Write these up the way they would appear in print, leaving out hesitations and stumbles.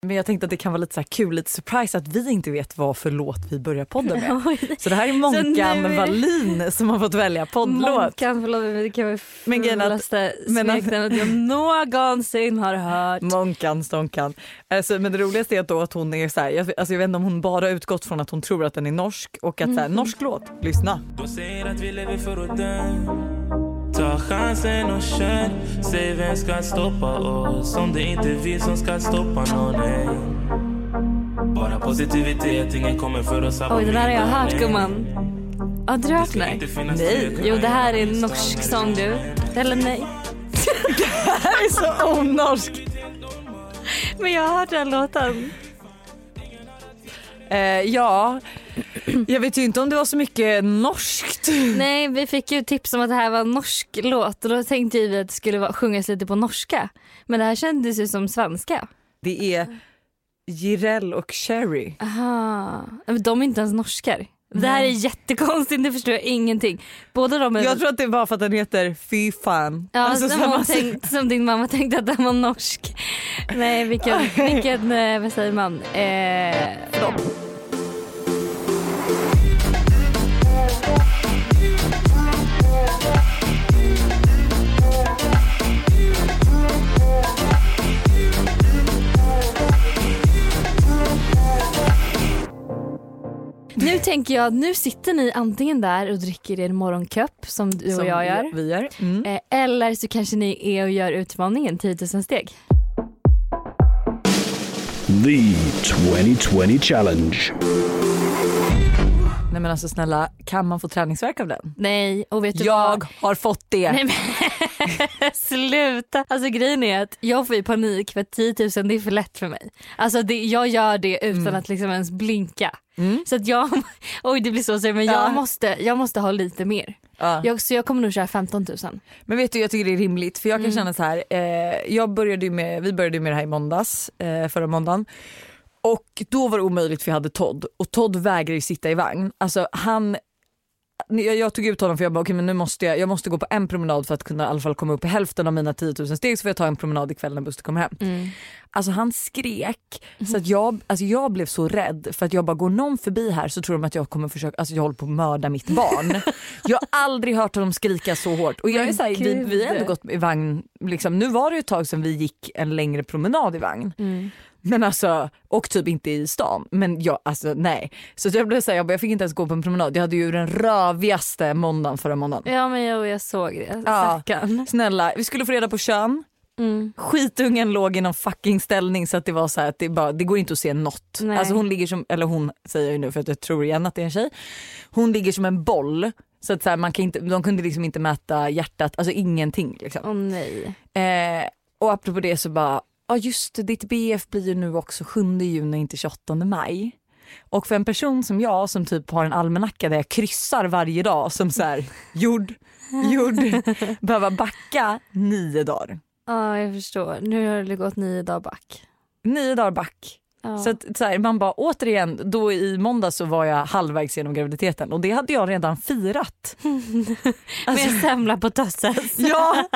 Men jag tänkte att det kan vara lite så här kul, lite surprise att vi inte vet vad för låt vi börjar podden med. Så det här är Månkan Wallin som har fått välja poddlåt. Månkan, förlåt, det kan vara fullaste smeknamnet jag någonsin har hört. Månkan, stånkan. Alltså, men det roligaste är att, då att hon är så här, jag vet inte om hon bara utgått från att hon tror att den är norsk och att så här, norsk låt, lyssna. De säger att vi lever för att dö. Ta chansen och kör. Säg vem ska stoppa oss, om det inte är vi som ska stoppa någon. Bara positivitet, ingen kommer för oss. Oj, det där har jag hört, gumman. Har du hört mig? Nej. Jo, det här är en norsk sång, du. Eller nej? Det här är så onorskt. Men jag har hört den låten. Ja, jag vet ju inte om det var så mycket norskt. Nej, vi fick ju tips om att det här var en norsk låt. Och då tänkte vi att det skulle sjungas lite på norska. Men det här kändes ju som svenska. Det är Jireel och Cherry. Aha, men de är inte ens norskar. Det här är jättekonstigt, det förstår jag ingenting. Båda de är... Jag tror att det är bara för att den heter Fy fan. Ja, alltså, som din mamma tänkte att den var norsk. Nej, vilken vad säger man? Förlåt. Nu tänker jag, nu sitter ni antingen där och dricker er morgonköp som du och jag gör. Vi gör. Mm. Eller så kanske ni är och gör utmaningen 10 000 steg. The 2020 Challenge. Nej men alltså snälla, kan man få träningsvärk av den? Nej, och vet du jag vad? har fått det. Nej, men sluta. Alltså grejen är att jag får ju panik för 10 000 det är för lätt för mig. Alltså jag gör det utan att liksom ens blinka. Så att oj det blir så men jag måste ha lite mer. Så jag kommer nog köra 15 000. Men vet du, jag tycker det är rimligt. För jag kan känna så här, vi började ju med det här i måndags, förra måndagen. Och då var det omöjligt för jag hade Todd. Och Todd vägrar ju sitta i vagn. Alltså jag tog ut honom för jag bara, okej, men nu måste jag måste gå på en promenad för att kunna i alla fall komma upp i hälften av mina 10 000 steg, så får jag ta en promenad ikväll när bussen kommer hem. Alltså han skrek så att jag blev så rädd för att jag bara, går någon förbi här så tror de att jag kommer försöka, alltså jag håller på att mörda mitt barn. Jag har aldrig hört honom skrika så hårt. Och jag är så här, vi har ändå gått i vagn liksom. Nu var det ju ett tag sedan vi gick en längre promenad i vagn. Men alltså, och typ inte i stan. Men jag, alltså nej. Så jag blev säga, jag fick inte ens gå på en promenad. Jag hade ju den rövigaste måndagen förra måndagen. Ja, men jag såg det. Ja, snälla, vi skulle få reda på kön. Skitungen låg i någon fucking ställning så att det var så här att det går inte att se något. Nej. Alltså hon ligger som, eller hon säger ju nu för att jag tror igen att det är en tjej. Hon ligger som en boll. Så att så här, man kan inte, de kunde liksom inte mäta hjärtat, alltså ingenting liksom. Nej. Och apropå det så bara, ja just det, ditt BF blir ju nu också 7 juni, inte 28 maj. Och för en person som jag som typ har en almanacka där jag kryssar varje dag som så här jord behöver backa 9 dagar. Ja, jag förstår. Nu har det gått 9 dagar back. 9 dagar back. Ja. Så, att, så här, man bara återigen, då i måndag så var jag halvvägs genom graviditeten och det hade jag redan firat. Med en semla på tösses. Ja.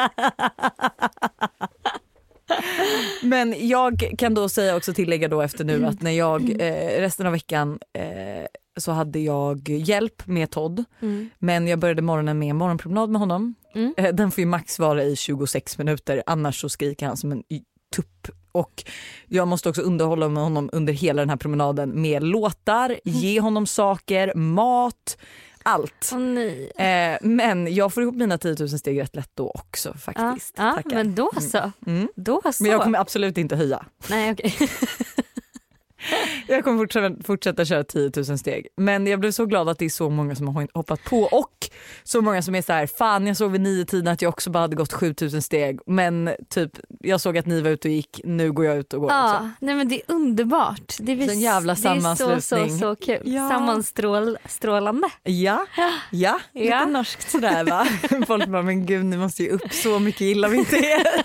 Men jag kan då säga också, tillägga då efter nu att när jag resten av veckan så hade jag hjälp med Todd. Men jag började morgonen med en morgonpromenad med honom. Den får ju max vara i 26 minuter, annars så skriker han som en tupp. Och jag måste också underhålla med honom under hela den här promenaden med låtar, ge honom saker, mat, allt. Men jag får ihop mina 10 000 steg rätt lätt då också faktiskt. Ja, men då så. Då så. Men jag kommer absolut inte höja. Nej, okej. Jag kommer fortsätta köra 10 000 steg. Men jag blev så glad att det är så många som har hoppat på. Och så många som är så här, fan jag såg vid 9-tiden att jag också bara hade gått 7 000 steg. Men typ, jag såg att ni var ute och gick, nu går jag ut och går också. Nej men det är underbart. Det är en jävla sammanslutning. Det är så kul. Ja. Sammanstrålande. Ja, lite norskt sådär va. Folk bara, men gud ni måste ju upp, så mycket illa vi inte är.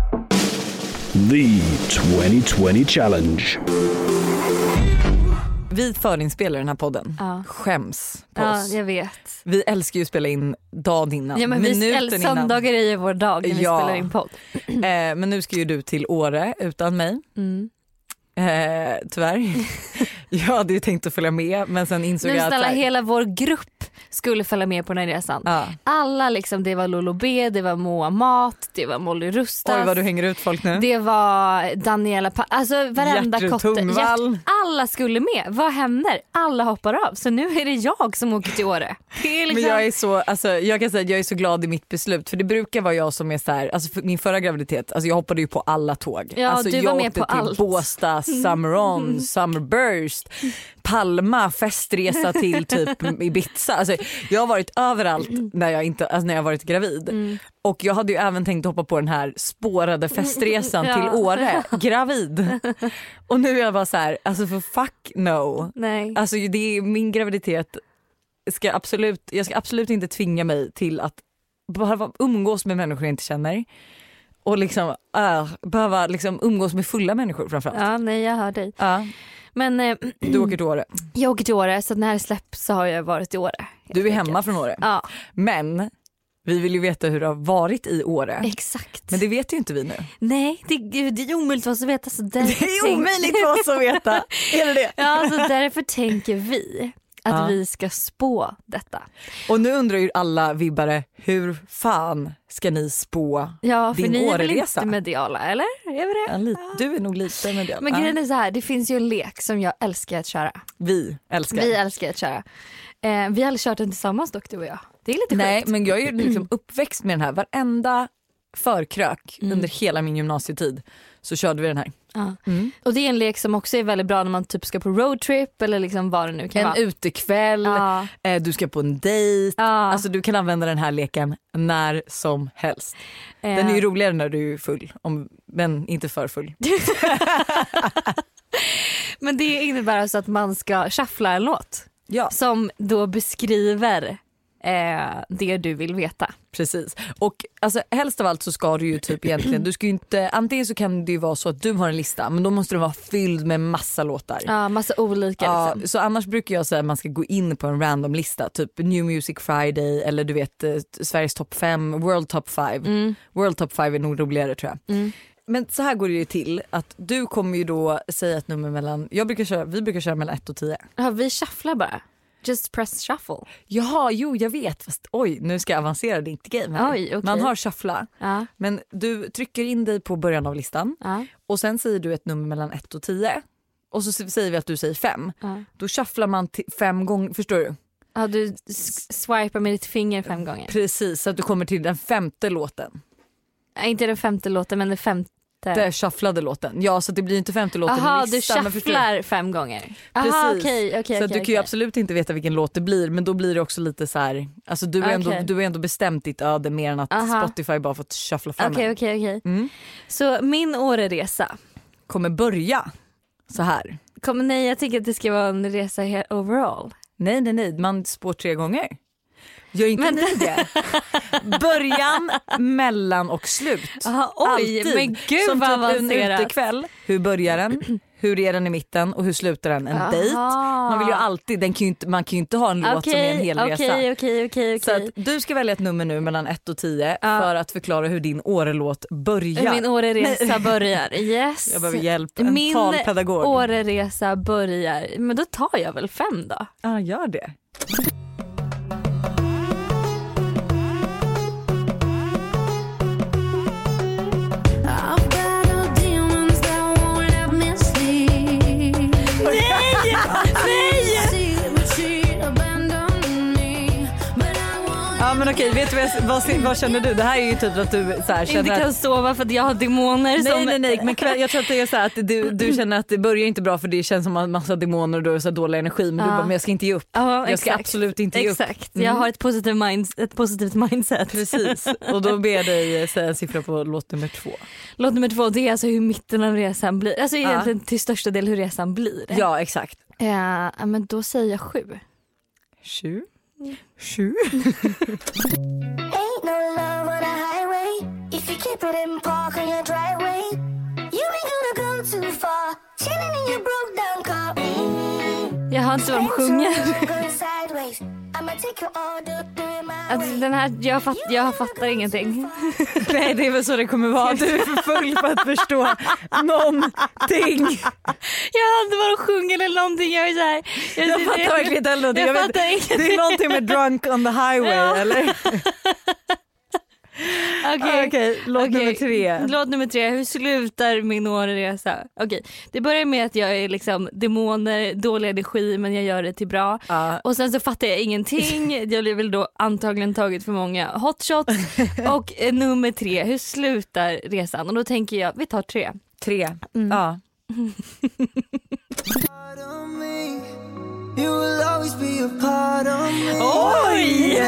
The 2020 Challenge. Vi förinspelar den här podden. Ja. Skäms på Ja, oss. jag vet. Vi älskar ju att spela in dagen innan. Ja, men minuten innan. söndagar är ju vår dag när vi spelar in podd. Men nu ska ju du till Åre utan mig. Tyvärr. Jag hade ju tänkt att följa med, men sen insåg jag att hela vår grupp skulle följa med på den här resan. Alla liksom, det var Lolo B, det var Moa Mat, det var Molly Rustas. Oj vad du hänger ut folk nu. Det var Daniela alltså varenda kotte. Alla skulle med. Vad händer? Alla hoppar av. Så nu är det jag som åker till Åre. Det är liksom... Men jag är så, alltså, jag kan säga att jag är så glad i mitt beslut, för det brukar vara jag som är så här, alltså för min förra graviditet, alltså jag hoppade ju på alla tåg. Ja, alltså du var med på allt. till Båstad, Summer On, Summerburst, Palma, festresa till typ Ibiza. Alltså, jag har varit överallt när jag har varit gravid. Och jag hade ju även tänkt hoppa på den här spårade festresan till Åre, gravid. Och nu är jag bara så här, alltså för fuck no. Nej. Alltså det är min graviditet. Jag ska absolut inte tvinga mig till att bara umgås med människor jag inte känner. Och liksom behöva liksom umgås med fulla människor framförallt. Ja, nej, jag hör dig. Ja. Men du åker till Åre. Jag åker till Åre, så när det släpps så har jag varit i Åre. Du är hemma från Åre. Ja. Men vi vill ju veta hur det har varit i Åre. Exakt. Men det vet ju inte vi nu. Nej, det är omöjligt för oss att veta. Så det är omöjligt för oss att veta. Är det? Ja, så därför tänker vi att vi ska spå detta. Och nu undrar ju alla vibbare, hur fan ska ni spå din Åreresa? Ja, för ni är väl inte mediala, eller? Är vi det? Du är nog lite medial. Men grejen är så här, det finns ju en lek som jag älskar att köra. Vi älskar att köra. Vi har aldrig kört den tillsammans dock, du och jag. Det är lite sjukt. Nej, men jag är ju liksom uppväxt med den här. Varenda förkrök under hela min gymnasietid så körde vi den här. Och det är en lek som också är väldigt bra när man typ ska på roadtrip eller liksom vad det nu kan vara. En utekväll, du ska på en dejt. Alltså du kan använda den här leken när som helst. Den är ju roligare när du är full, men inte för full. Men det innebär alltså att man ska shuffla en låt som då beskriver det du vill veta. Precis. Och alltså, helst av allt så ska du ju typ egentligen, du ska ju inte, antingen så kan det ju vara så att du har en lista, men då måste den vara fylld med massa låtar. Ja, massa olika liksom. Så annars brukar jag säga att man ska gå in på en random lista, typ New Music Friday eller du vet Sveriges topp 5, World Top 5. World Top 5 är nog roligare tror jag. Men så här går det ju till att du kommer ju då säga ett nummer mellan, vi brukar köra mellan 1 och 10. Ja, vi shufflar bara. Just press shuffle. Jaha, jag vet. Fast nu ska jag avancera ditt game här. Oj, okay. Man har shuffla. Men du trycker in dig på början av listan. Och sen säger du ett nummer mellan 1 och 10. Och så säger vi att du säger 5. Då shufflar man 5 gånger, förstår du? Ja, du swipar med ditt finger 5 gånger. Precis, så att du kommer till den 5:e låten. Inte den 5:e låten, men den 5:e. Det shufflade låten. Ja, så det blir inte 5:e låten i listan. Du shufflar 5 gånger. Precis. Okay, så du kan ju absolut inte veta vilken låt det blir, men då blir det också lite så här, alltså du är ändå bestämt ditt öde mer än att Spotify bara fått shuffla fram. Okej. Så min Åreresa kommer börja så här. Nej, jag tycker att det ska vara en resa overall. Nej, man spår 3 gånger. Gör inte ni det? Början, mellan och slut. Aha, oj, alltid. Men gud som vad avancerat. En utekväll, hur börjar den? Hur är den i mitten och hur slutar den? En dejt. Man vill ju alltid, man kan ju inte ha en låt som är en hel resa. Okej. Så att du ska välja ett nummer nu mellan 1 och 10 för att förklara hur din Årelåt börjar. Min Åreresa börjar. Yes. Jag behöver hjälp, en talpedagog. Min Åreresa börjar, men då tar jag väl 5 då. Ja, gör det. Ja, men okej, vet du vad känner du? Det här är ju typ att du så här, känner inte kan sova för att jag har demoner. Nej, men jag tror att det är så här att du känner att det börjar inte bra för det känns som en massa demoner och du har så dålig energi, men du bara, men jag ska inte ge upp. Jag ska absolut inte ge upp. Exakt. Jag har ett positivt mindset. Precis. Och då ber jag dig säga en siffra på låt nummer 2. Låt nummer 2, det är alltså hur mitten av resan blir. Alltså egentligen till största del hur resan blir. Ja, exakt. Men då säger jag 7. 7. Ain't no love on a highway. If you keep it in park on your driveway, you ain't gonna go too far. Chilling in your broke down car. har inte vad de sjunger. Alltså, den här, jag fattar ingenting. Nej, det är väl så det kommer vara. Du är för full för att förstå någonting. Jag har inte vad de sjunger eller någonting. Jag är så här, jag fattar verkligen inte någonting. Det är någonting med drunk on the highway, eller? Okej, låt nummer 3. Låt nummer 3. Hur slutar min årresa? Okej, det börjar med att jag är liksom demoner, dålig energi, men jag gör det till bra. Och sen så fattar jag ingenting. Jag blir väl då antagligen tagit för många hotshots. Och nummer 3, hur slutar resan? Och då tänker jag, vi tar 3. 3, ja. You will always be a part of me. Oj!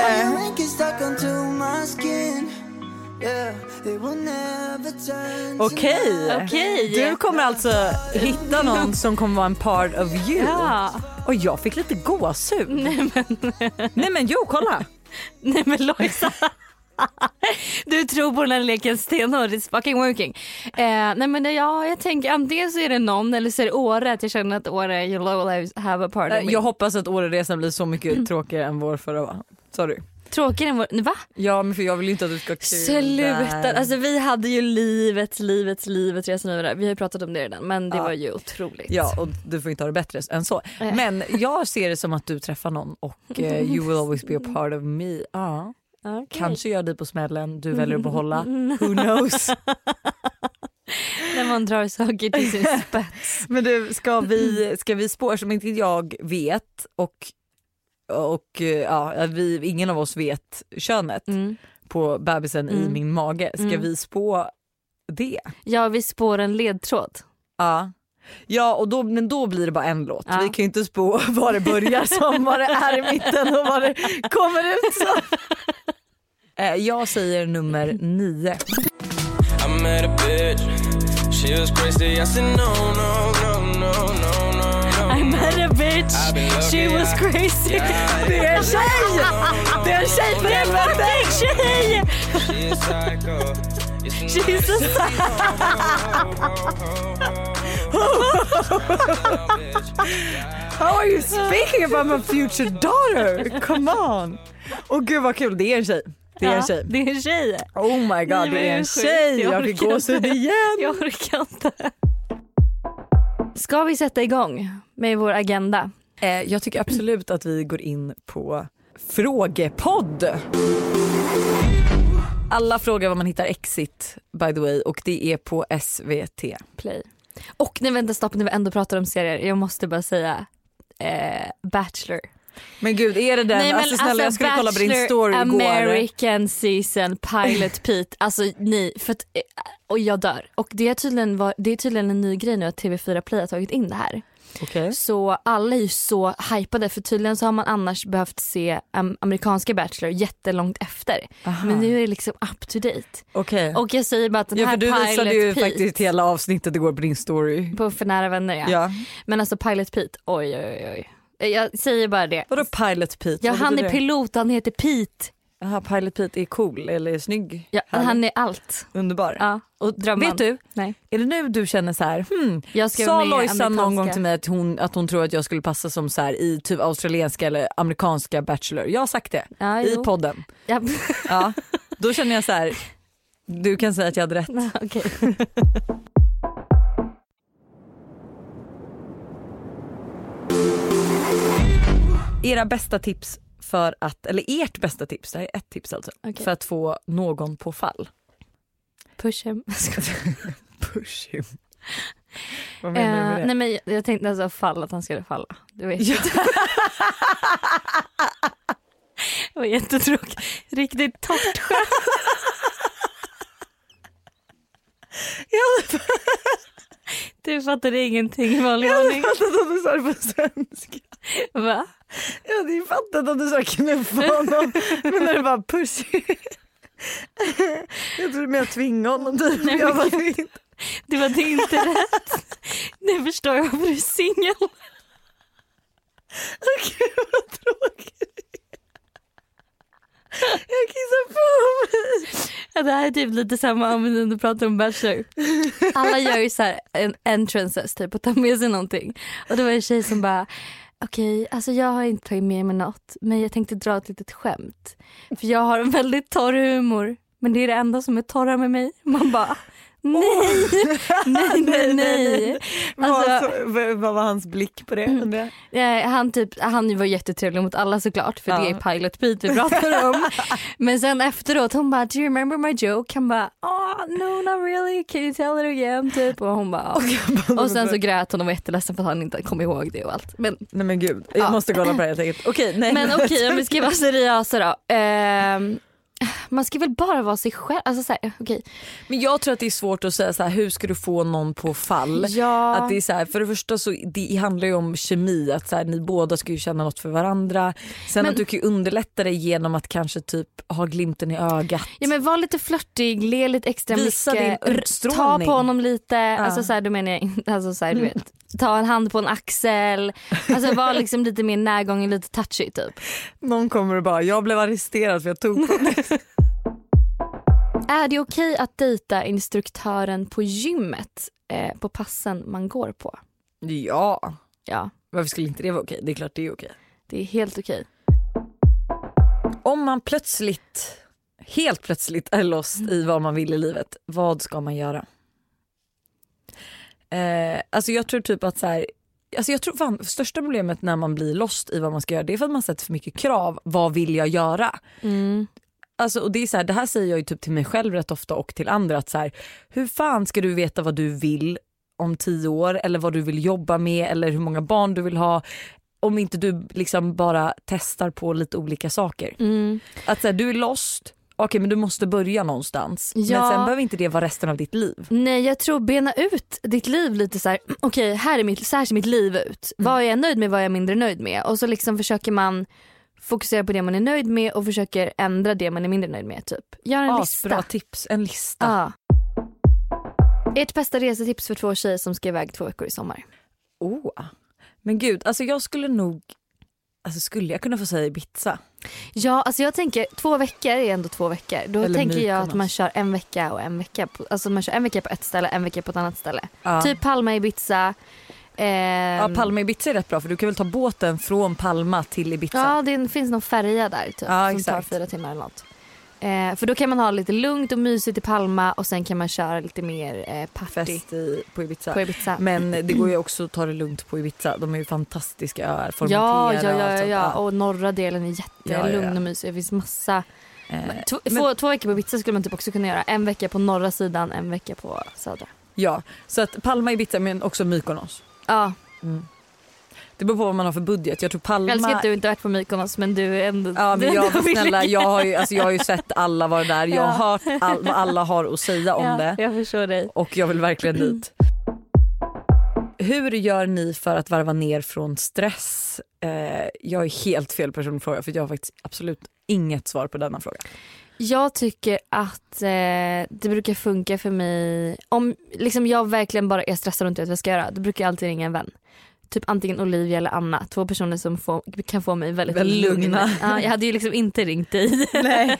Okej. Du kommer alltså hitta någon som kommer vara en part of you. Ja. Och jag fick lite gåshud. Nej men jo, kolla. Nej men Lojsa. Du tror på den här leken stenhårt, it's fucking working. Nej men jag tänker antingen så är det någon eller så är det Åre, att jag känner att Åre, you'll always have a part of me. Jag hoppas att Åreresan blir så mycket tråkigare än vår förra, va? Sorry. Tråkigare än vår, va? Ja, men för jag vill ju inte att du ska sluta. Alltså vi hade ju livets resan över det. Vi har ju pratat om det redan, men det var ju otroligt. Ja, och du får inte ha det bättre än så. Men jag ser det som att du träffar någon och you will always be a part of me. Ja. Okay. Kanske gör dig på smällen, du väljer att behålla. Who knows? När man drar saker till sin spets. Men du, ska vi spår som inte jag vet och ingen av oss vet könet på bebisen i min mage. Ska vi spå det? Ja, vi spår en ledtråd. Ja, och men då blir det bara en låt. Vi kan ju inte spå var det börjar som, var det är i mitten och var det kommer ut så. Jag säger nummer 9. I met a bitch. She was crazy. I said no. I met a bitch. She was crazy. Det är en tjej. Det är en tjej för helvete. Tjej. She's a psycho. She's a How are you speaking about my future daughter? Come on. Och gud vad kul, det är en tjej. Det är en tjej. Oh my god, det är en tjej. Jag fick gåshud igen. Jag orkar inte. Ska vi sätta igång med vår agenda? Jag tycker absolut att vi går in på frågepodd. Alla frågar vad man hittar Exit, by the way, och det är på SVT Play. Och nej, vänta, stopp, när vi ändå pratar om serier, jag måste bara säga Bachelor. Men gud, är det den? Nej, men alltså snälla, jag skulle kolla på din story igår. American season, Pilot Pete. Alltså nej, för att, och jag dör. Och det är tydligen en ny grej nu att TV4 Play har tagit in det här. Okay. Så alla är ju så hypade, för tydligen så har man annars behövt se amerikanska Bachelor jättelångt efter. Aha. Men nu är det liksom up to date. Okay. Och jag säger bara att den här Pilot Pete, du visade ju faktiskt hela avsnittet igår på din story. På För nära vänner, ja. Men alltså Pilot Pete, oj. Jag säger bara det. Vadå Pilot Pete? Ja, han är pilot, han heter Pete. Jaha, Pilot Pete är cool eller snygg? Ja, han är allt. Underbar. Ja, och drömman. Vet du? Nej. Är det nu du känner så här? Sa Lojsa någon gång till mig att hon tror att jag skulle passa som så här i typ australienska eller amerikanska Bachelor? Jag har sagt det i podden. Ja. Ja, då känner jag så här. Du kan säga att jag hade rätt. Okej. Era bästa tips för att, eller ert bästa tips, det här är ett tips alltså, för att få någon på fall. Push him. Push him. Vad menar du med det? Nej, men jag tänkte alltså att han skulle falla. Du vet. Ja. Det var jättetråkigt. Riktigt torrt skämt. Du fattade ingenting i vanlig ordning. Jag fattade att du sa det på svenska. Va? Jag hade ju fattat att du sa knuffa honom. Men när det var push. Jag trodde mer tvinga honom typ. Nej, jag var det var inte rätt. Nu förstår jag varför du är singel. Okej, vad tråkigt. Jag kissar på mig. Ja, det här är typ lite samma om när du pratar om Bachelor. Alla gör ju så här entrances typ och tar med sig någonting. Och det var en tjej som bara okej, alltså jag har inte tagit med mig något, men jag tänkte dra ett litet skämt. För jag har en väldigt torr humor, men det är det enda som är torra med mig. Man bara, nej. Alltså, vad var hans blick på det? Han var jättetrevlig mot alla såklart, för det är Pilot Pete vi pratar om. Men sen efteråt hon bara, do you remember my joke? Han bara, no not really, can you tell it again? Typ. Och hon bara, och sen så grät hon och var jätteledsen för att han inte kom ihåg det och allt. Men, nej men gud, jag måste kolla på det helt enkelt. Okej, om vi ska vara seriösa då. Man ska väl bara vara sig själv. Alltså, så här, okay. Men jag tror att det är svårt att säga så här, hur ska du få någon på fall? Ja. Att det är så här, för det första så det handlar ju om kemi, att så här, ni båda ska ju känna något för varandra. Sen att du kan underlätta det genom att kanske typ ha glimten i ögat. Ja, men var lite flörtig, le lite extra visa mycket. Din utstrålning. Ta på honom lite. Alltså så här, du menar jag, alltså så här, du vet. Ta en hand på en axel. Alltså var liksom lite mer närgången, lite touchy typ. Någon kommer och bara, jag blev arresterad för jag tog på det. Är det okej att dejta instruktören på gymmet på passen man går på? Ja. Varför skulle inte det vara okej? Det är klart det är okej. Det är helt okej. Om man helt plötsligt är lost i vad man vill i livet, vad ska man göra? Alltså jag tror typ att så här, alltså jag tror fan största problemet när man blir lost i vad man ska göra, det är för att man sätter för mycket krav. Vad vill jag göra? Alltså, och det är så här, det här säger jag ju typ till mig själv rätt ofta och till andra, att så här, hur fan ska du veta vad du vill om 10 år eller vad du vill jobba med eller hur många barn du vill ha om inte du liksom bara testar på lite olika saker. Att så här, du är lost. Okej, men du måste börja någonstans. Men sen behöver inte det vara resten av ditt liv. Nej, jag tror bena ut ditt liv lite så här. Okej, så här ser mitt liv ut. Vad är jag nöjd med, vad är jag mindre nöjd med? Och så liksom försöker man fokusera på det man är nöjd med och försöker ändra det man är mindre nöjd med typ. Gör en lista. Bra tips, en lista. Ert bästa resetips för 2 tjejer som ska iväg 2 veckor i sommar? Men gud, alltså jag skulle nog... Alltså skulle jag kunna få säga Ibiza? Ja, alltså jag tänker 2 veckor är ändå 2 veckor. Då eller tänker jag att man kör en vecka och en vecka på, alltså man kör en vecka på ett ställe, en vecka på ett annat ställe. Typ Palma, Ibiza. Palma, Ibiza är rätt bra för du kan väl ta båten från Palma till Ibiza. Ja, det finns någon färja där typ, som exakt. tar 4 timmar eller något. För då kan man ha lite lugnt och mysigt i Palma och sen kan man köra lite mer party. Fest på Ibiza. Men det går ju också att ta det lugnt på Ibiza. De är ju fantastiska öar. Ja. Och norra delen är jättelugn och mysig. Det finns massa... 2 veckor på Ibiza skulle man typ också kunna göra. En vecka på norra sidan, en vecka på södra. Ja, så att Palma, Ibiza men också Mykonos. Ja. Det beror på vad man har för budget. Jag tror Palma... Jag älskar att du inte har varit på Mykonos, men du är ändå... Ja, men jag har ju sett alla vara där. Jag har hört vad alla har att säga om det. Jag förstår dig. Och jag vill verkligen dit. Hur gör ni för att varva ner från stress? Jag är helt fel person att fråga, för jag har faktiskt absolut inget svar på denna fråga. Jag tycker att det brukar funka för mig. Om liksom jag verkligen bara är stressad och inte vet vad jag ska göra, då brukar jag alltid ringa en vän. Typ antingen Olivia eller Anna. 2 personer som kan få mig väldigt lugna. Ja, jag hade ju liksom inte ringt dig. Nej.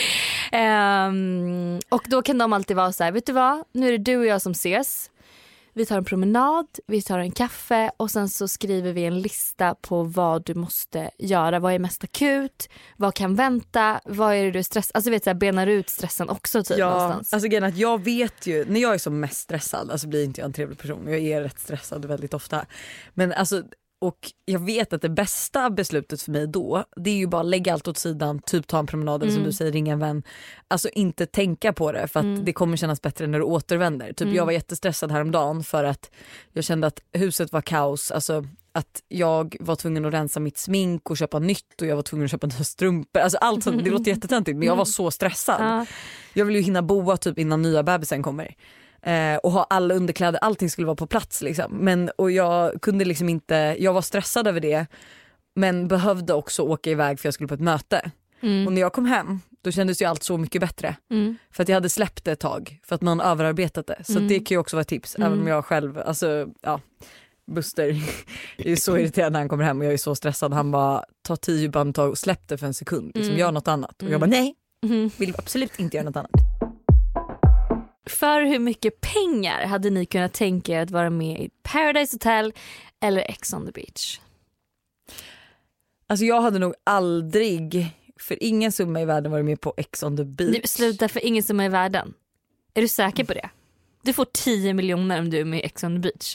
Och då kan de alltid vara så här, vet du vad? Nu är det du och jag som ses. Vi tar en promenad, vi tar en kaffe och sen så skriver vi en lista på vad du måste göra. Vad är mest akut? Vad kan vänta? Vad är det du är stressad? Alltså vet du, benar ut stressen också typ någonstans. Alltså grejen att jag vet ju, när jag är som mest stressad, alltså blir inte jag en trevlig person. Jag är rätt stressad väldigt ofta. Men alltså, och jag vet att det bästa beslutet för mig då, det är ju bara lägga allt åt sidan, typ ta en promenad eller som du säger, ringa en vän. Alltså inte tänka på det, för att det kommer kännas bättre när du återvänder. Typ jag var jättestressad häromdagen för att jag kände att huset var kaos. Alltså att jag var tvungen att rensa mitt smink och köpa nytt och jag var tvungen att köpa nya strumpor. Alltså allt sånt, det låter jättetöntigt, men jag var så stressad. Jag vill ju hinna boa typ innan nya bebisen kommer. Och ha alla underkläder, allting skulle vara på plats liksom. Och jag kunde liksom inte, jag var stressad över det, men behövde också åka iväg för jag skulle på ett möte. Och när jag kom hem, då kändes ju allt så mycket bättre. För att jag hade släppt det ett tag, för att man överarbetat det. Så det kan ju också vara ett tips, även om jag själv, alltså ja, Buster är så irriterad när han kommer hem och jag är så stressad. Han bara, ta 10 bandtag och släpp det för en sekund, liksom, gör något annat. Och jag bara, nej, vill absolut inte göra något annat. För hur mycket pengar hade ni kunnat tänka er att vara med i Paradise Hotel eller Ex on the Beach? Alltså jag hade nog aldrig för ingen summa i världen varit med på Ex on the beach. Sluta, för ingen summa i världen. Är du säker på det? Du får 10 miljoner om du är med i Ex on the beach.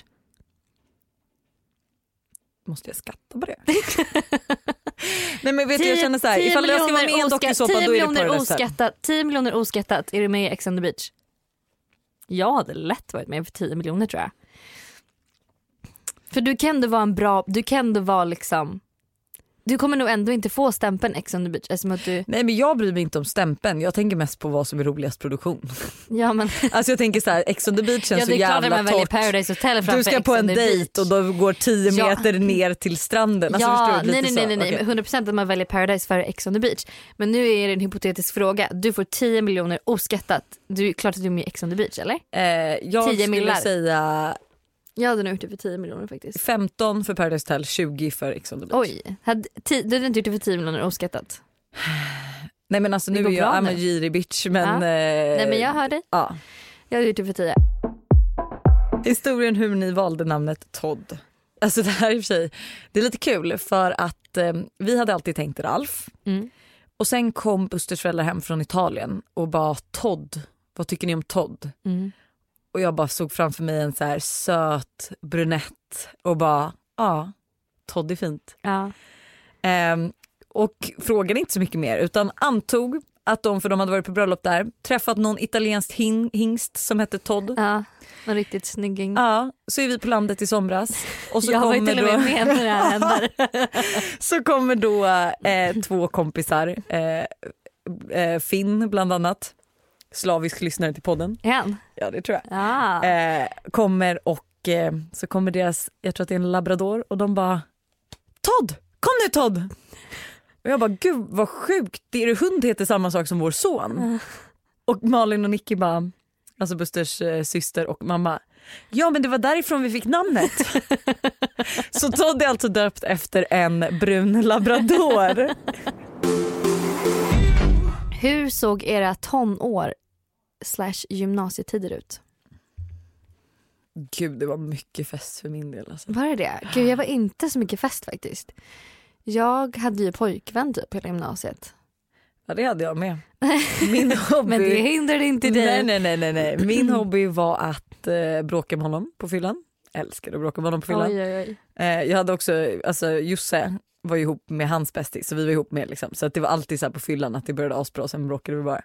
Måste jag skatta på det? Nej men vet du, jag känner så här, ifall jag ska vara med i en dokusåpa då är det Paradise Hotel. 10 miljoner oskattat, är du med i Ex on the beach? Jag hade lätt varit med för 10 miljoner tror jag. För du kan ändå vara en bra, du kan ändå vara liksom, du kommer nog ändå inte få stämpeln Ex on the beach eftersom att du... Nej men jag bryr mig inte om stämpeln. Jag tänker mest på vad som är roligast produktion. Ja men alltså jag tänker så här, Ex on the beach känns så jävla torrt. Paradise Hotel framför du ska på en dejt och då går 10 meter ner till stranden. Alltså, ja, nej, okay. 100% att man väljer Paradise för Ex on the beach. Men nu är det en hypotetisk fråga. Du får 10 miljoner oskattat. Du är klart att du är med Ex on the beach, eller? Jag 10 skulle säga... Jag hade nog gjort det för 10 miljoner faktiskt. 15 för Paradise Hotel, 20 för Ex on the beach. Oj, du hade inte gjort det för 10 miljoner oskattat? Nej men alltså nu är jag en girig bitch men... Ja. Nej men jag hör dig. Ja. Jag hade gjort det för 10. Historien hur ni valde namnet Todd. Alltså det här i och för sig, det är lite kul för att vi hade alltid tänkt Ralf. Mm. Och sen kom Busters föräldrar hem från Italien och bara Todd, vad tycker ni om Todd? Mm. Och jag bara såg framför mig en så här söt brunett och bara, ja, Todd är fint. Ja. Och frågade inte så mycket mer utan antog att för de hade varit på bröllop där, träffat någon italiensk hingst som hette Todd. Ja, en riktigt snygging. Ja, så är vi på landet i somras. Och så jag var kommer till och med när det här händer. Så kommer då 2 kompisar, Finn bland annat, slavisk lyssnare till podden. Igen? Ja, det tror jag. Ah. Kommer och så kommer deras, jag tror att det är en labrador och de bara Todd, kom nu Todd. Och jag bara, gud vad sjukt, er hund heter samma sak som vår son. Och Malin och Nicky bara, alltså Busters syster och mamma, ja men det var därifrån vi fick namnet. Så Todd är alltså döpt efter en brun labrador. Hur såg era tonår / gymnasietider ut? Gud, det var mycket fest för min del alltså. Var det? Gud, jag var inte så mycket fest faktiskt. Jag hade ju pojkvän typ hela gymnasiet. Ja, det hade jag med. Min hobby... Men det hindrade inte dig. Nej. Min hobby var att bråka med honom på fyllan. Älskar att bråka med honom på fyllan. Oj. Jag hade också, alltså Josse var ju ihop med hans bästis så vi var ihop med liksom. Så att det var alltid så här på fyllan att det började asbra och sen bråkade vi bara.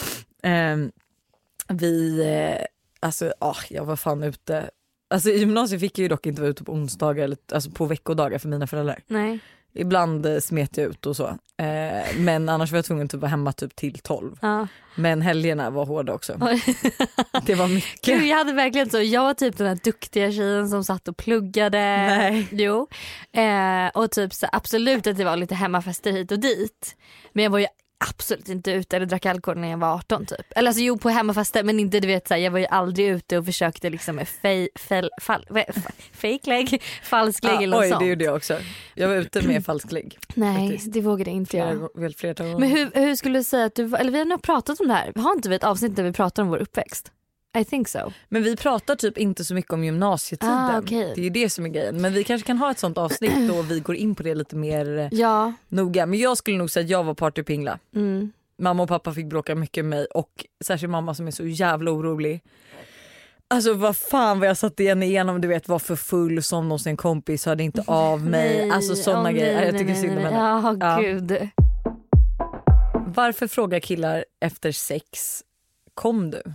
Jag var fan ute. Alltså i gymnasiet fick jag ju dock inte vara ute på onsdagar eller alltså på veckodagar för mina föräldrar. Nej. Ibland smet jag ut och så. Men annars var jag tvungen att vara hemma typ till 12. Ja. Men helgerna var hårda också. Det var mycket. Gud, jag hade verkligen så. Jag var typ den här duktiga tjejen som satt och pluggade. Nej. Jo. Och typ så absolut att det var lite hemmafester hit och dit. Men jag var ju absolut inte ute eller drack alkohol när jag var 18 typ. Eller alltså jo på hemmafester men inte du vet så här, jag var ju aldrig ute och försökte liksom med fejklägg, falsklägg eller något sånt. Oj, det gjorde jag också. Jag var ute med falsklägg. Nej, faktiskt. det vågade inte jag. Flera gånger. Men hur skulle du säga att du, eller vi har nog pratat om det här. Har inte vi ett avsnitt där vi pratar om vår uppväxt? I think so. Men vi pratar typ inte så mycket om gymnasietiden. Okay. Det är ju det som är grejen. Men vi kanske kan ha ett sånt avsnitt då vi går in på det lite mer noga. Men jag skulle nog säga att jag var partypingla. Mm. Mamma och pappa fick bråka mycket med mig. Och särskilt mamma som är så jävla orolig. Alltså vad fan vad jag satt igenom, du vet, var för full som någonsin en kompis, hörde inte av mig. Nej, alltså sådana grejer. Jag tycker synd om henne. Ja, gud. Varför frågar killar efter sex? Kom du?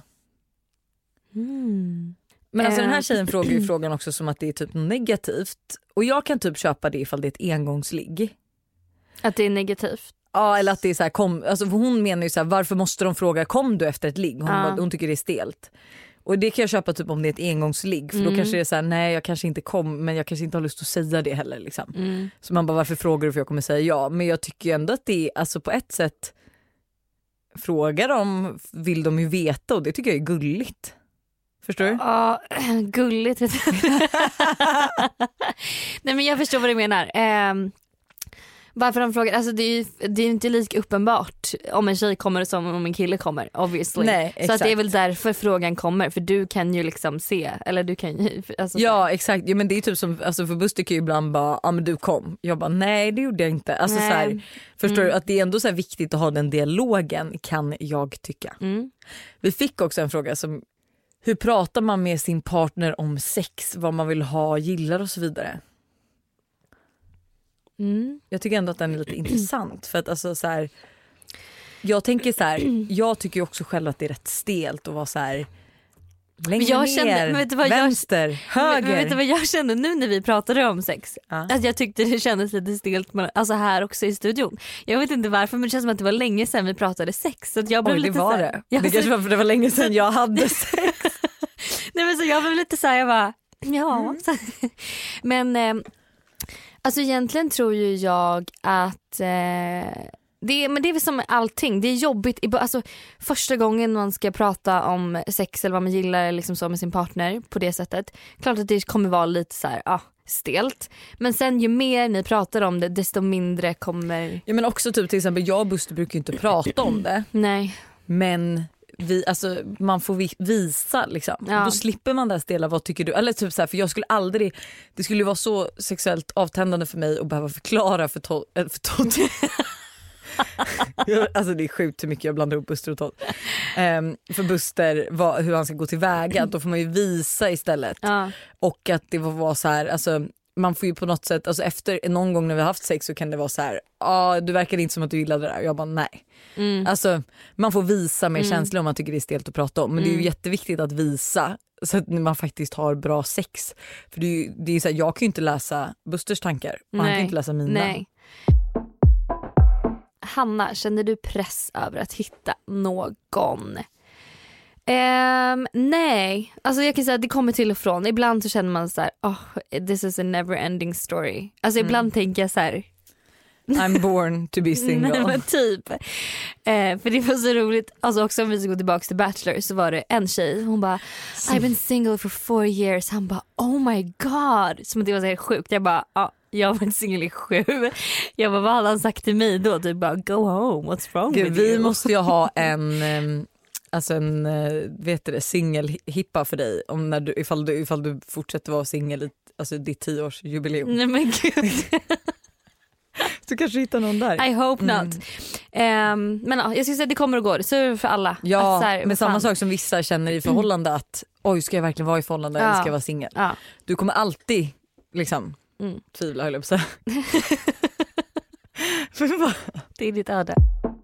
Men alltså den här tjejen frågar ju frågan också som att det är typ negativt. Och jag kan typ köpa det ifall det är ett engångsligg. Att det är negativt? Ja, eller att det är så här, alltså hon menar ju så här, varför måste de fråga kom du efter ett ligg? Hon tycker det är stelt. Och det kan jag köpa typ om det är ett engångsligg. För då kanske det är så här, nej jag kanske inte kom, men jag kanske inte har lust att säga det heller liksom. Så man bara, varför frågar du? För jag kommer säga ja. Men jag tycker ju ändå att det är, alltså på ett sätt, frågar de vill de ju veta och det tycker jag är gulligt. Förstår du? Ja, gulligt. Nej men jag förstår vad du menar. Varför de frågar, alltså det är inte lika uppenbart om en tjej kommer som om en kille kommer, obviously. Nej, så att det är väl därför frågan kommer, för du kan ju liksom se, eller du kan ju alltså, ja exakt, ja, men det är typ som, alltså för Buster kan ju ibland bara, men du kom, jag bara nej det gjorde jag inte, alltså så här, förstår du att det är ändå så här viktigt att ha den dialogen, kan jag tycka. Vi fick också en fråga som, hur pratar man med sin partner om sex, vad man vill ha, gillar och så vidare. Jag tycker ändå att den är lite intressant, för att alltså så här, jag tänker så här, jag tycker ju också själv att det är rätt stelt att vara så här längre ner, vänster, höger. Men vet du vad jag kände nu när vi pratade om sex? Att jag tyckte det kändes lite stelt, alltså här också i studion. Jag vet inte varför, men det känns som att det var länge sedan vi pratade sex, så att jag blev lite det var så här, det kanske var för det var länge sedan jag hade sex. Nej, men så jag blev lite så här, jag bara men alltså egentligen tror ju jag att det är väl som allting, det är jobbigt, alltså första gången man ska prata om sex eller vad man gillar liksom så med sin partner på det sättet, klart att det kommer vara lite så här, stelt, men sen ju mer ni pratar om det desto mindre kommer. Ja, men också typ till exempel jag och Buster brukar ju inte prata om det. Nej. Men man får visa liksom. Då slipper man där stela, vad tycker du? Eller typ så här, för jag skulle aldrig, det skulle ju vara så sexuellt avtändande för mig att behöva förklara för Todd. Alltså det är sjukt hur mycket jag blandar upp Buster och Todd. För Buster, hur han ska gå tillväga, då får man ju visa istället. Och att det var så här, alltså man får ju på något sätt, alltså efter någon gång när vi har haft sex så kan det vara så här, du verkar inte som att du gillade det där. Jag bara nej. Alltså man får visa mer känslor om man tycker det är stelt att prata om, men det är ju jätteviktigt att visa så att man faktiskt har bra sex, för det är så här, jag kan ju inte läsa Busters tankar och han kan inte läsa mina. Nej. Hanna, känner du press över att hitta någon? Nej, alltså jag kan säga att det kommer till och från. Ibland så känner man så här, this is a never ending story. Alltså ibland tänker jag så här, I'm born to be single. Nej, men typ. För det var så roligt, alltså också om vi ska gå tillbaka till Bachelor, så var det en tjej, hon bara I've been single for 4 years. Han bara oh my god, som att det var så här sjukt. Jag bara jag har varit singel i 7. Jag bara, vad hade han sagt till mig då? Typ bara go home, what's wrong with vi you? måste ju ha en vet du det, singelhippa för dig om när ifall du fortsätter vara singel, alltså ditt 10-årsjubileum. Nej men gud. Du kanske hittar någon där. I hope not. Men jag ska säga att det kommer att gå. Så är det för alla. Ja, att, så här, men samma sak som vissa känner i förhållande att ska jag verkligen vara i förhållande eller ska jag vara singel? Du kommer alltid liksom tvivla, höll jag på att säga. Det är ditt öde.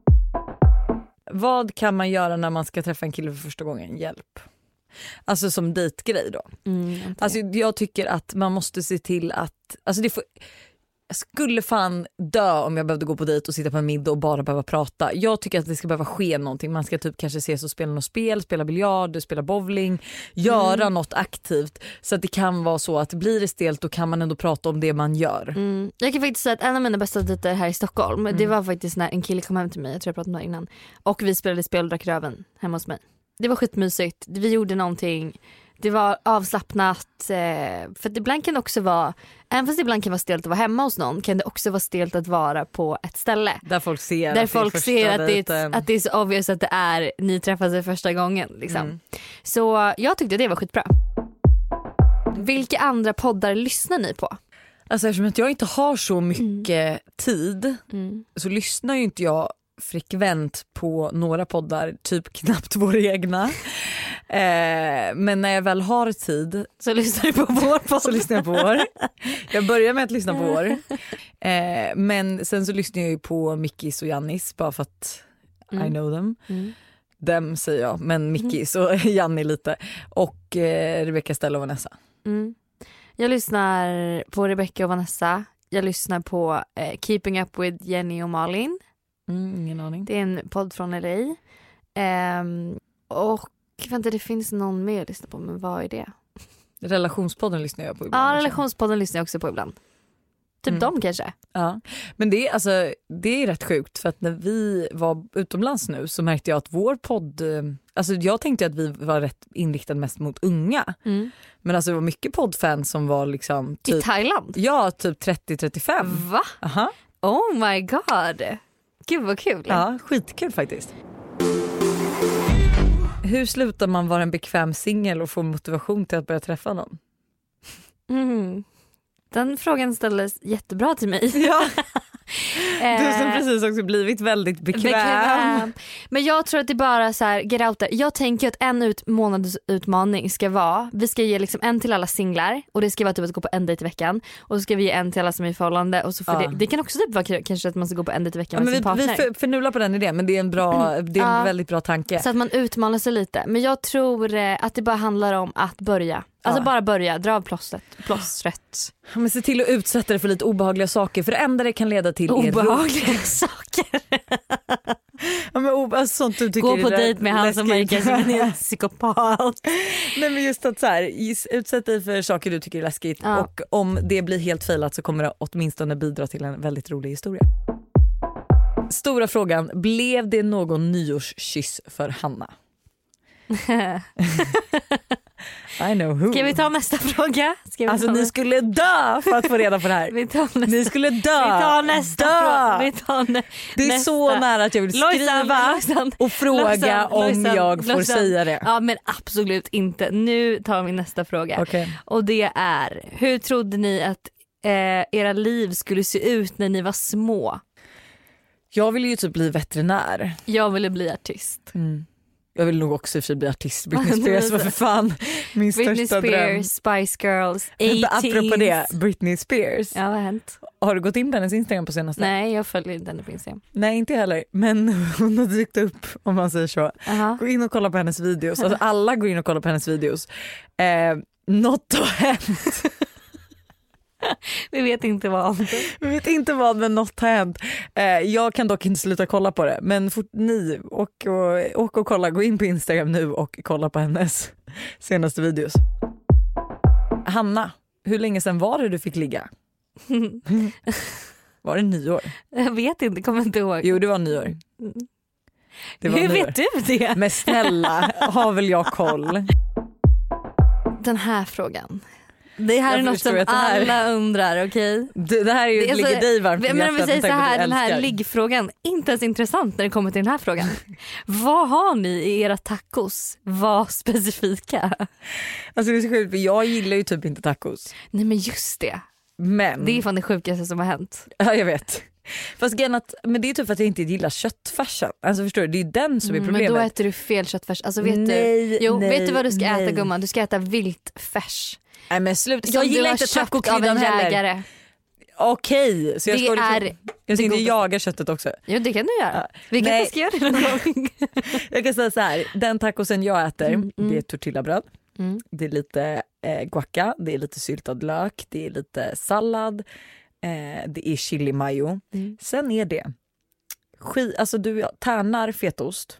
Vad kan man göra när man ska träffa en kille för första gången? Hjälp. Alltså som dejtgrej då. Alltså jag tycker att man måste se till att, alltså jag skulle fan dö om jag behövde gå på dejt och sitta på en middag och bara behöva prata. Jag tycker att det ska behöva ske någonting. Man ska typ kanske ses och spela något spel, spela biljard, spela bowling, göra något aktivt. Så att det kan vara så att blir det stelt, då kan man ändå prata om det man gör. Jag kan faktiskt säga att en av mina bästa dejter här i Stockholm, det var faktiskt när en kille kom hem till mig, jag tror jag pratade om det innan, och vi spelade spel och drack röven hemma hos mig. Det var skitmysigt, vi gjorde någonting. Det var avslappnat, för att ibland kan det också vara, även fast det ibland kan vara stelt att vara hemma hos någon, kan det också vara stelt att vara på ett ställe där folk ser att det är så obvious att det är ni träffas för första gången liksom. Så jag tyckte det var skitbra. Vilka andra poddar lyssnar ni på? Alltså eftersom att jag inte har så mycket tid så lyssnar ju inte jag frekvent på några poddar, typ knappt våra egna. Men när jag väl har tid så lyssnar du på vår podd. Så lyssnar jag på vår. Jag börjar med att lyssna på vår. Men sen så lyssnar jag ju på Mickis och Jannis bara för att I know them. Dem säger jag, men Mickis och Janni lite. Och Rebecca, Stella och Vanessa. Jag lyssnar på Rebecca och Vanessa. Jag lyssnar på Keeping Up with Jenny och Malin. Ingen aning. Det är en podd från LA. Och vänta, det finns någon mer att lyssna på, men vad är det? Relationspodden lyssnar jag på ibland. Ja, relationspodden lyssnar jag också på ibland. Typ dem kanske. Ja, men det är rätt sjukt, för att när vi var utomlands nu så märkte jag att vår podd, alltså jag tänkte att vi var rätt inriktade mest mot unga. Men alltså det var mycket poddfans som var liksom typ, i Thailand? Ja, typ 30-35. Va? Aha. Oh my god. Gud vad kul. Ja, skitkul faktiskt. Hur slutar man vara en bekväm singel och få motivation till att börja träffa någon? Den frågan ställdes jättebra till mig. Ja. Du som precis också blivit väldigt bekväm. Men jag tror att det är bara så här, get out there. Jag tänker att en månadsutmaning ska vara, vi ska ge liksom en till alla singlar och det ska vara typ att gå på en dejt i veckan och så ska vi ge en till alla som är i förhållande och så för det kan också typ vara kanske att man ska gå på en dejt i veckan med sin partner. Vi förnular på den idén, men det är en bra, det är en väldigt bra tanke. Så att man utmanar sig lite. Men jag tror att det bara handlar om att börja. Alltså bara börja, dra av plåstret. Ja, men se till att utsätta dig för lite obehagliga saker, för det enda det kan leda till obehagliga saker. Ja, men alltså, sånt du tycker gå på är dejt med han som verkar som en psykopat. Nej, men just att så här, utsätt dig för saker du tycker är läskigt och om det blir helt failat så kommer det åtminstone bidra till en väldigt rolig historia. Stora frågan, blev det någon nyårskyss för Hanna? I know who. Ska vi ta nästa fråga? Alltså ni skulle dö för att få reda på det här. Ni skulle dö. Vi tar nästa fråga. Det är så nära att jag vill skriva och fråga om jag får säga det. Ja, men absolut inte. Nu tar vi nästa fråga. Okay. Och det är, hur trodde ni att era liv skulle se ut när ni var små? Jag ville ju typ bli veterinär. Jag ville bli artist. Jag vill nog också för att bli artist. Britney Spears var för fan min Britney största Spears, dröm. Spice Girls, 18s. Apropå det, Britney Spears. Ja, vad har hänt? Har du gått in på hennes Instagram på senaste? Nej, jag följer inte henne på Instagram. Nej, inte heller. Men hon har dykt upp, om man säger så. Gå in och kolla på hennes videos. Alltså alla går in och kollar på hennes videos. Något har hänt. Vi vet inte vad. Vi vet inte vad, men något har hänt. Jag kan dock inte sluta kolla på det. Men ni åk och kolla. Gå in på Instagram nu och kolla på hennes senaste videos. Hanna, hur länge sedan var det du fick ligga? Var det nyår? Jag vet inte, kommer inte ihåg. Jo, det var nyår. Det var hur nyår. vet du det? Men snälla, har väl jag koll? Den här frågan. Det här är något som alla undrar, okej? Det här är ju, det ligger dig varmt. Men om vi säger så här, den här liggfrågan, inte ens intressant när det kommer till den här frågan. Vad har ni i era tacos? Vad specifika? Alltså det är så sjukt, för jag gillar ju typ inte tacos. Nej, men just det. Men det är fan det sjukaste som har hänt. Ja, jag vet. Fast men det är typ för att jag inte gillar köttfärsen. Alltså förstår du, det är ju den som är problemet. Men då äter du fel köttfärs. Alltså vet du vad du ska äta, gumman? Du ska äta viltfärs. Nej, men slut. Jag gillar inte tacokryddan heller. Okej, så jag ska inte jaga köttet också. Jo, det kan du göra. Vi kanske ska göra det någon gång. Jag kan säga så här, den tacosen jag äter, det är tortillabröd. Det är lite guacca, det är lite syltad lök, det är lite sallad, det är chili mayo. Sen är det alltså du tärnar fetaost.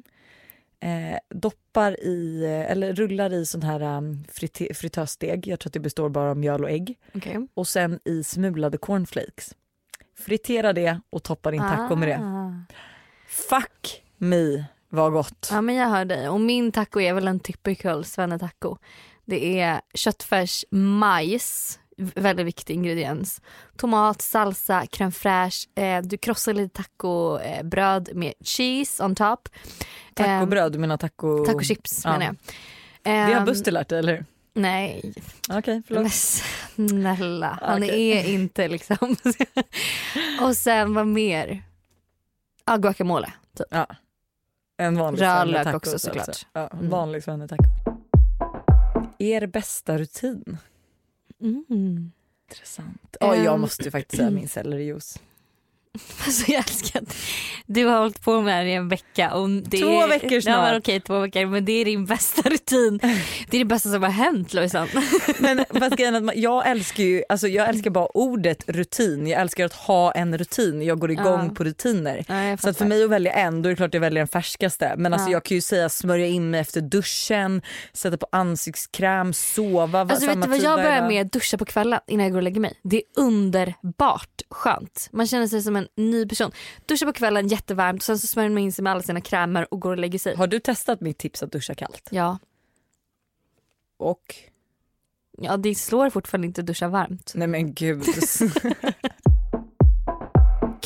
Doppar i eller rullar i sån här fritösdeg. Jag tror att det består bara av mjöl och ägg. Och sen i smulade cornflakes. Fritera det och toppar in taco med det. Fuck me, vad gott. Ja, men jag hör dig. Och min taco är väl en typical svennetaco. Det är köttfärs, majs, väldigt viktig ingrediens. Tomat, salsa, crème fraîche. Du krossar lite tacobröd med cheese on top. Tacobröd, du menar tacochips menar jag. Det har Buster lärt dig, eller? Nej. Okej, förlåt. Snälla, han är inte liksom. Och sen vad mer? Guacamole typ. Ja. En vanlig rödlök också såklart. Alltså. Ja, vanlig svennetaco. Er bästa rutin? Intressant. Jag måste ju faktiskt säga min sellerijuice. Alltså jag älskar att du har hållit på med det i en vecka och det 2 veckor snart. Ja, okej, 2 veckor, men det är din bästa rutin. Det är det bästa som har hänt, Lojsan. Men fast grejen att jag älskar bara ordet rutin. Jag älskar att ha en rutin. Jag går igång på rutiner. Ja, så att för mig att välja en, då är det klart jag väljer den färskaste. Men alltså jag kan ju säga smörja in mig efter duschen, sätta på ansiktskräm, sova. Alltså vet du vad jag börjar med? Duscha på kvällen innan jag går och lägger mig. Det är underbart skönt. Man känner sig som en ny person. Duscha på kvällen jättevarmt, sen så smörjer man in sig med alla sina krämer och går och lägger sig. Har du testat mitt tips att duscha kallt? Ja. Och? Ja, det slår fortfarande inte att duscha varmt. Nej men gud.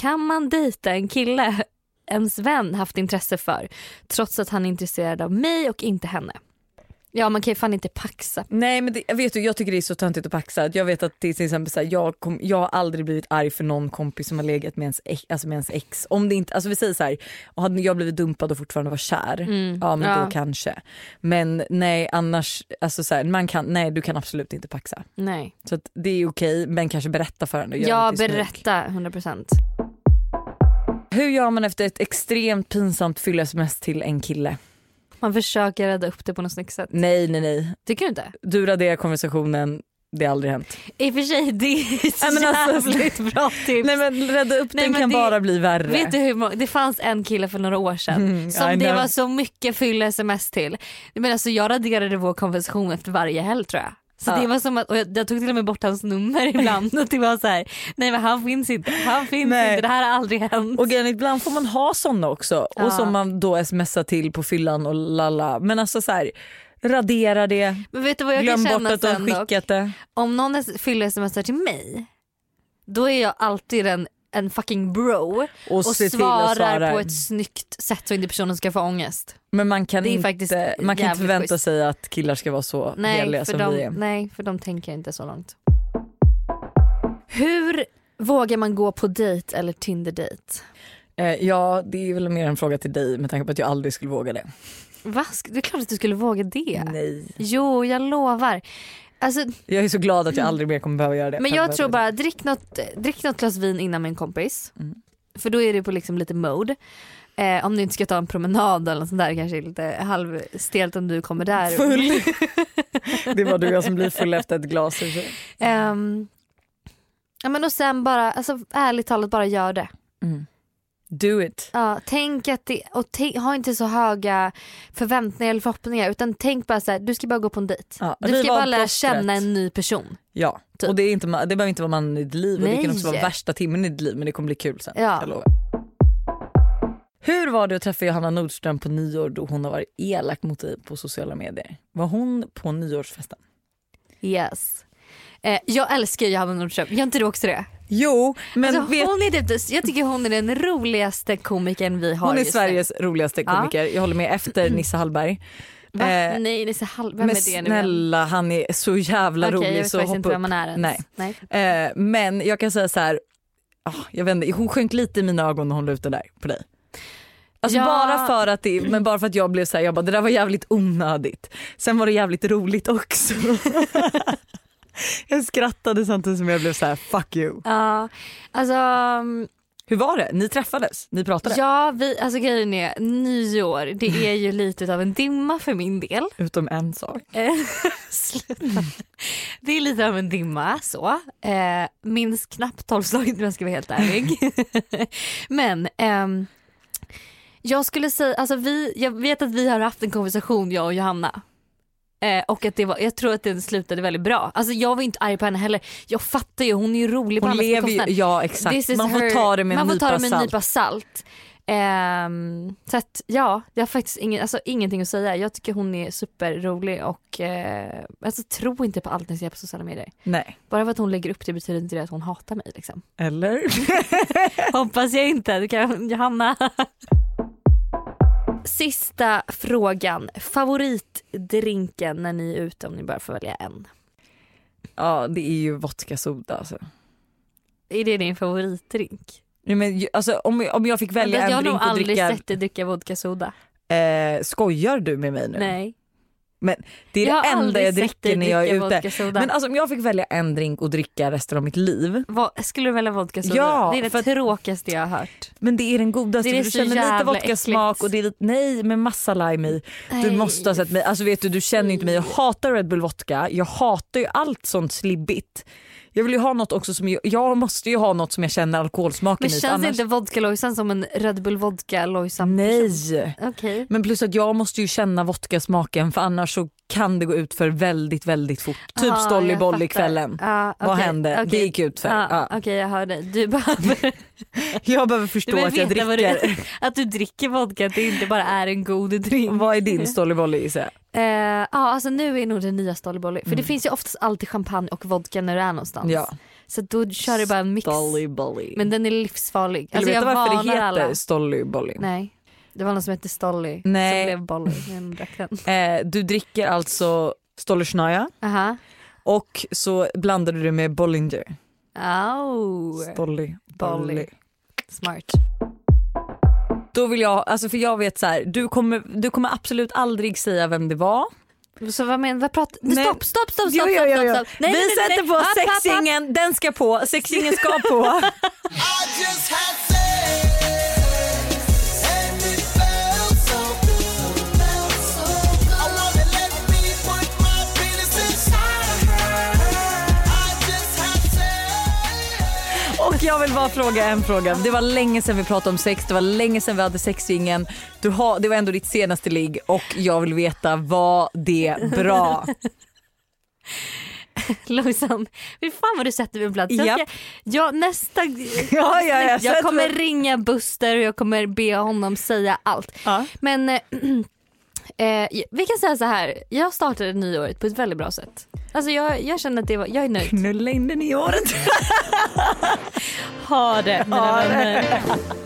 kan man dejta en kille ens vän haft intresse för trots att han är intresserad av mig och inte henne? Ja, man kan ju fan inte paxa. Nej, men jag tycker det är så töntigt att paxa. Jag vet att till exempel så här, jag har aldrig blivit arg för någon kompis som har legat med ens ex. Om det inte, alltså vi säger så här, och hade jag blivit dumpad och fortfarande var kär, ja men då kanske. Men nej, annars, alltså så här, du kan absolut inte paxa. Nej. Så att det är okej, men kanske berätta för henne. Ja, berätta 100%. Hur gör man efter ett extremt pinsamt fylla-sms till en kille? Man försöker rädda upp det på något snyggt sätt. Nej. Tycker du inte? Du raderar konversationen, det har aldrig hänt. I och för sig, det är så jävligt bra tips. Nej, men rädda upp den kan bara bli värre. Vet du hur det fanns en kille för några år sedan som det var så mycket fylla sms till. Men alltså, jag raderade vår konversation efter varje helg, tror jag. Så det var som att, och jag tog till och med bort hans nummer ibland och det var så här: nej men han finns inte, det här har aldrig hänt. Och ibland får man ha såna också och som man då smsar till på fyllan och lalla. Men alltså så här, radera det. Men vet du vad jag glöm kan bort att du har skickat det. Om någon fyller smsar till mig, då är jag alltid en fucking bro och svarar på ett snyggt sätt så inte personen ska få ångest. Men man kan inte förvänta sig att killar ska vara så heliga som vi är. Nej, för de tänker inte så långt. Hur vågar man gå på dejt eller Tinder-dejt? Ja, det är väl mer en fråga till dig med tanke på att jag aldrig skulle våga det. Va? Det är klart att du skulle våga det. Nej. Jo, jag lovar. Alltså, jag är så glad att jag aldrig mer kommer behöva göra det. Men jag tror bara, drick något glas vin innan med en kompis. För då är det på liksom lite mode. Om du inte ska ta en promenad eller något sånt där, kanske lite halvstelt om du kommer där. Full. Det var du jag som blir full efter ett glas. Ja, men och sen bara, alltså ärligt talat, bara gör det. Do it. Ja, tänk att ha inte så höga förväntningar eller förhoppningar, utan tänk bara så här, du ska bara gå på en dejt. Ja, du ska bara lära känna en ny person. Ja, typ. Och det behöver inte vara man i ditt liv. Och det kan också vara värsta timmen i ditt liv, men det kommer bli kul sen. Ja. Jag lovar. Hur var det att träffa Johanna Nordström på nyår då hon har varit elak mot dig på sociala medier? Var hon på nyårsfesten? Yes. Jag älskar Johanna Nordström. Gör inte du också det? Jo, men alltså, jag tycker hon är den roligaste komikern vi har. Hon är Sveriges roligaste komiker. Jag håller med, efter Nisse Hallberg. Nej, Nisse Hallberg. Men snälla, han är så jävla rolig. Jag vet så faktiskt inte vem man är ens. Nej. Men jag kan säga så här, jag vet inte, hon sjönk lite i mina ögon när hon la ut det där på dig. Alltså bara för att jag blev så här, jag bara, det där var jävligt onödigt. Sen var det jävligt roligt också. Jag skrattade samtidigt som jag blev så här, fuck you. Ja, alltså... Hur var det? Ni träffades? Ni pratade? Ja, alltså grejen är, nyår, det är ju lite av en dimma för min del. Utom en sak. Det är lite av en dimma, så. Minns knappt 12-slaget, om jag ska vara helt ärlig. Men... jag skulle säga, alltså jag vet att vi har haft en konversation, jag och Johanna. Och att jag tror att det slutade väldigt bra. Alltså jag var inte arg på henne heller. Jag fattar ju, hon är ju rolig på hon lever ju, ja exakt. Man får ta det med en nypa salt. Så att ja, jag har faktiskt ingenting att säga. Jag tycker hon är superrolig och alltså tro inte på allt när jag ser på sociala medier. Nej. Bara för att hon lägger upp det betyder inte det att hon hatar mig liksom. Eller? Hoppas jag inte. Det kan Johanna. Sista frågan. Favoritdrinken när ni är ute, om ni bara får välja en? Ja, det är ju vodka soda alltså. Är det din favoritdrink? Nej, men alltså, om jag fick välja en drink och dricka... Jag har nog aldrig sett dig dricka vodka soda. Skojar du med mig nu? Nej. Men det är det enda jag dricker när jag är ute. Men alltså, om jag fick välja en drink och dricka resten av mitt liv. Skulle du välja vodka soda? Ja, det är det tråkigaste jag har hört. Men det är den godaste, det är för du känner lite vodka-smak och det är lite, nej, med massa lime i. Du måste ha sett mig, alltså vet du känner inte mig. Jag hatar Red Bull vodka, jag hatar ju allt sånt slibbigt. Jag vill ju ha något också som jag måste ju ha något som jag känner alkoholsmaken i. Men känns inte vodka Lojsan som en Red Bull vodka Lojsan? Nej. Okay. Men plus att jag måste ju känna vodka-smaken, för annars så kan det gå ut för väldigt, väldigt fort. Typ stollyboll i kvällen. Vad hände? Okay. Det gick ut för. Okej, jag hör dig. Du behöver... jag behöver förstå att jag dricker. Att du dricker vodka, att det inte bara är en god drink. Vad är din stollyboll i? Alltså nu är nog det nya Stolly Bolly. För det finns ju oftast alltid champagne och vodka när du är någonstans. Ja. Så då kör du bara en mix. Stolly Bolly. Men den är livsfarlig. Alltså, vet du varför det heter alla. Stolly Bolly? Nej. Det var någon som hette Stolly. Nej. Som blev Bolly. Men drack den. Du dricker alltså Stolly Schnaya. Aha. Och så blandar du det med Bollinger. Stolly Bolly. Smart. Då vill jag, alltså för jag vet så här, du kommer absolut aldrig säga vem det var. Så vad menar, Stopp. Jo. Nej, vi sätter på sexingen, den ska på, sexingen ska på. Och jag vill bara fråga en fråga. Det var länge sedan vi pratade om sex. Det var länge sedan vi hade sexingen. Det var ändå ditt senaste ligg. Och jag vill veta, var det bra? Lojsan, hur fan vad du sätter mig på plats. Japp. Jag kommer ringa Buster och jag kommer be honom säga allt. Ja. Men vi kan säga så här. Jag startade nyåret på ett väldigt bra sätt. Alltså jag känner att jag är nöjd. Knulla in det nyåret. Ha det, mina vänner.